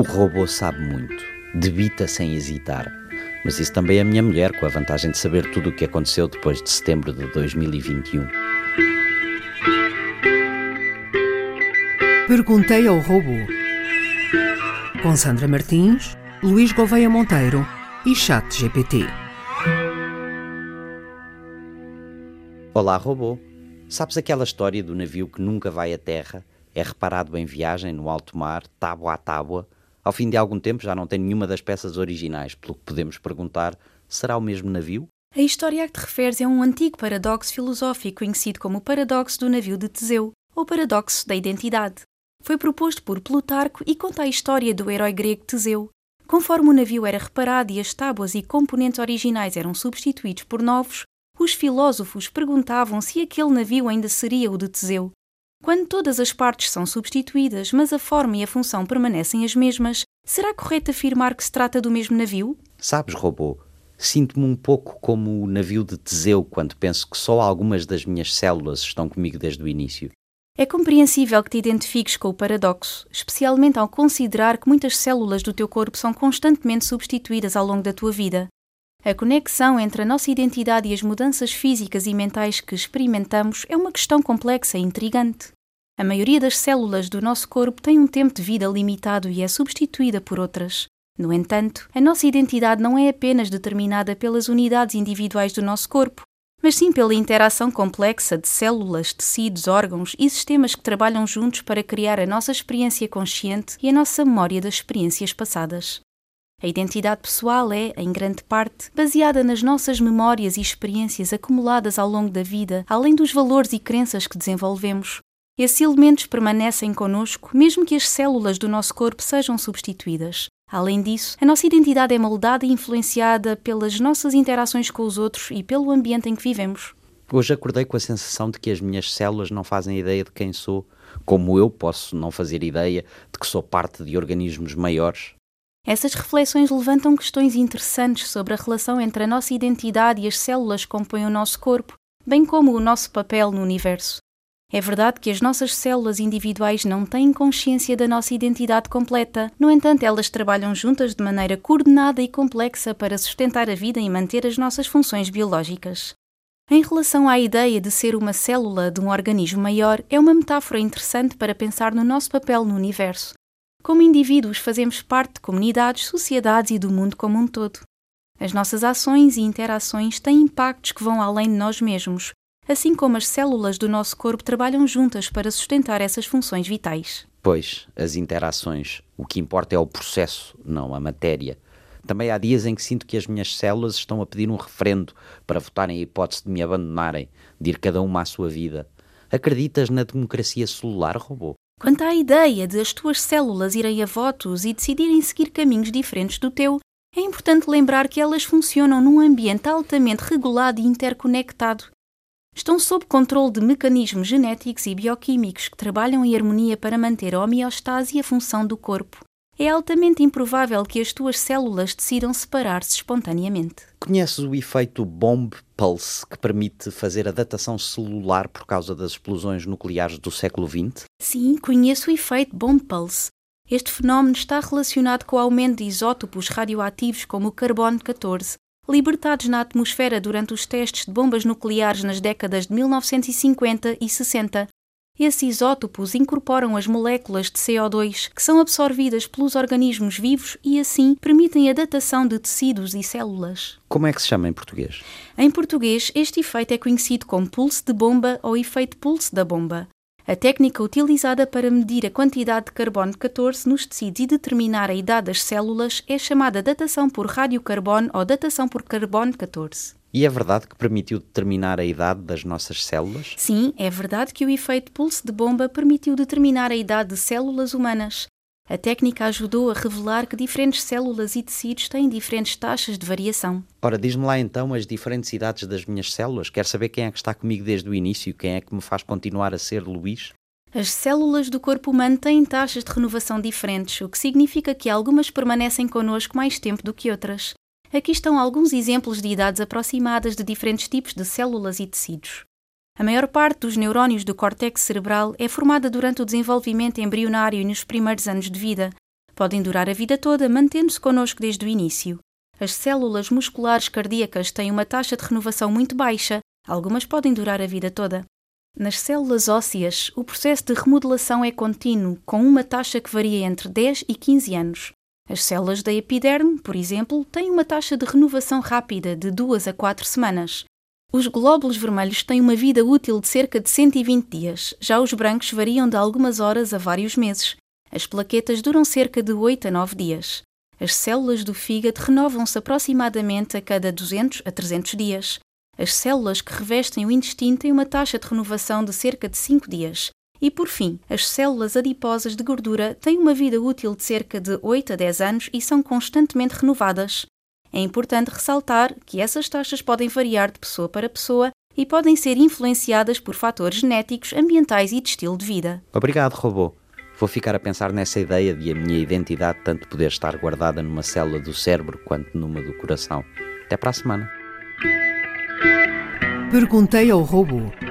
robô sabe muito, debita sem hesitar. Mas isso também é a minha mulher, com a vantagem de saber tudo o que aconteceu depois de setembro de 2021. Perguntei ao robô. Com Sandra Martins, Luís Gouveia Monteiro e ChatGPT. Olá, robô. Sabes aquela história do navio que nunca vai à terra, é reparado em viagem no alto mar, tábua a tábua? Ao fim de algum tempo já não tem nenhuma das peças originais, pelo que podemos perguntar, será o mesmo navio? A história a que te referes é um antigo paradoxo filosófico conhecido como o paradoxo do navio de Teseu, ou paradoxo da identidade. Foi proposto por Plutarco e conta a história do herói grego Teseu. Conforme o navio era reparado e as tábuas e componentes originais eram substituídos por novos, os filósofos perguntavam se aquele navio ainda seria o de Teseu. Quando todas as partes são substituídas, mas a forma e a função permanecem as mesmas, será correto afirmar que se trata do mesmo navio? Sabes, robô, sinto-me um pouco como o navio de Teseu quando penso que só algumas das minhas células estão comigo desde o início. É compreensível que te identifiques com o paradoxo, especialmente ao considerar que muitas células do teu corpo são constantemente substituídas ao longo da tua vida. A conexão entre a nossa identidade e as mudanças físicas e mentais que experimentamos é uma questão complexa e intrigante. A maioria das células do nosso corpo tem um tempo de vida limitado e é substituída por outras. No entanto, a nossa identidade não é apenas determinada pelas unidades individuais do nosso corpo, mas sim pela interação complexa de células, tecidos, órgãos e sistemas que trabalham juntos para criar a nossa experiência consciente e a nossa memória das experiências passadas. A identidade pessoal é, em grande parte, baseada nas nossas memórias e experiências acumuladas ao longo da vida, além dos valores e crenças que desenvolvemos. Esses elementos permanecem connosco, mesmo que as células do nosso corpo sejam substituídas. Além disso, a nossa identidade é moldada e influenciada pelas nossas interações com os outros e pelo ambiente em que vivemos. Hoje acordei com a sensação de que as minhas células não fazem ideia de quem sou, como eu posso não fazer ideia de que sou parte de organismos maiores. Essas reflexões levantam questões interessantes sobre a relação entre a nossa identidade e as células que compõem o nosso corpo, bem como o nosso papel no universo. É verdade que as nossas células individuais não têm consciência da nossa identidade completa, no entanto, elas trabalham juntas de maneira coordenada e complexa para sustentar a vida e manter as nossas funções biológicas. Em relação à ideia de ser uma célula de um organismo maior, é uma metáfora interessante para pensar no nosso papel no universo. Como indivíduos, fazemos parte de comunidades, sociedades e do mundo como um todo. As nossas ações e interações têm impactos que vão além de nós mesmos, assim como as células do nosso corpo trabalham juntas para sustentar essas funções vitais. Pois, as interações. O que importa é o processo, não a matéria. Também há dias em que sinto que as minhas células estão a pedir um referendo para votarem a hipótese de me abandonarem, de ir cada uma à sua vida. Acreditas na democracia celular, robô? Quanto à ideia de as tuas células irem a votos e decidirem seguir caminhos diferentes do teu, é importante lembrar que elas funcionam num ambiente altamente regulado e interconectado. Estão sob controle de mecanismos genéticos e bioquímicos que trabalham em harmonia para manter a homeostase e a função do corpo. É altamente improvável que as tuas células decidam separar-se espontaneamente. Conheces o efeito Bomb Pulse, que permite fazer a datação celular por causa das explosões nucleares do século XX? Sim, conheço o efeito Bomb Pulse. Este fenómeno está relacionado com o aumento de isótopos radioativos como o carbono-14, libertados na atmosfera durante os testes de bombas nucleares nas décadas de 1950 e 60. Esses isótopos incorporam as moléculas de CO2 que são absorvidas pelos organismos vivos e, assim, permitem a datação de tecidos e células. Como é que se chama em português? Em português, este efeito é conhecido como pulse de bomba ou efeito pulse da bomba. A técnica utilizada para medir a quantidade de carbono-14 nos tecidos e determinar a idade das células é chamada datação por radiocarbono ou datação por carbono-14. E é verdade que permitiu determinar a idade das nossas células? Sim, é verdade que o efeito pulse de bomba permitiu determinar a idade de células humanas. A técnica ajudou a revelar que diferentes células e tecidos têm diferentes taxas de variação. Ora, diz-me lá então as diferentes idades das minhas células. Quero saber quem é que está comigo desde o início, quem é que me faz continuar a ser Luís. As células do corpo humano têm taxas de renovação diferentes, o que significa que algumas permanecem connosco mais tempo do que outras. Aqui estão alguns exemplos de idades aproximadas de diferentes tipos de células e tecidos. A maior parte dos neurónios do córtex cerebral é formada durante o desenvolvimento embrionário e nos primeiros anos de vida. Podem durar a vida toda, mantendo-se connosco desde o início. As células musculares cardíacas têm uma taxa de renovação muito baixa, algumas podem durar a vida toda. Nas células ósseas, o processo de remodelação é contínuo, com uma taxa que varia entre 10 e 15 anos. As células da epiderme, por exemplo, têm uma taxa de renovação rápida de 2 a 4 semanas. Os glóbulos vermelhos têm uma vida útil de cerca de 120 dias, já os brancos variam de algumas horas a vários meses. As plaquetas duram cerca de 8 a 9 dias. As células do fígado renovam-se aproximadamente a cada 200 a 300 dias. As células que revestem o intestino têm uma taxa de renovação de cerca de 5 dias. E, por fim, as células adiposas de gordura têm uma vida útil de cerca de 8 a 10 anos e são constantemente renovadas. É importante ressaltar que essas taxas podem variar de pessoa para pessoa e podem ser influenciadas por fatores genéticos, ambientais e de estilo de vida. Obrigado, robô. Vou ficar a pensar nessa ideia de a minha identidade tanto poder estar guardada numa célula do cérebro quanto numa do coração. Até para a semana. Perguntei ao robô.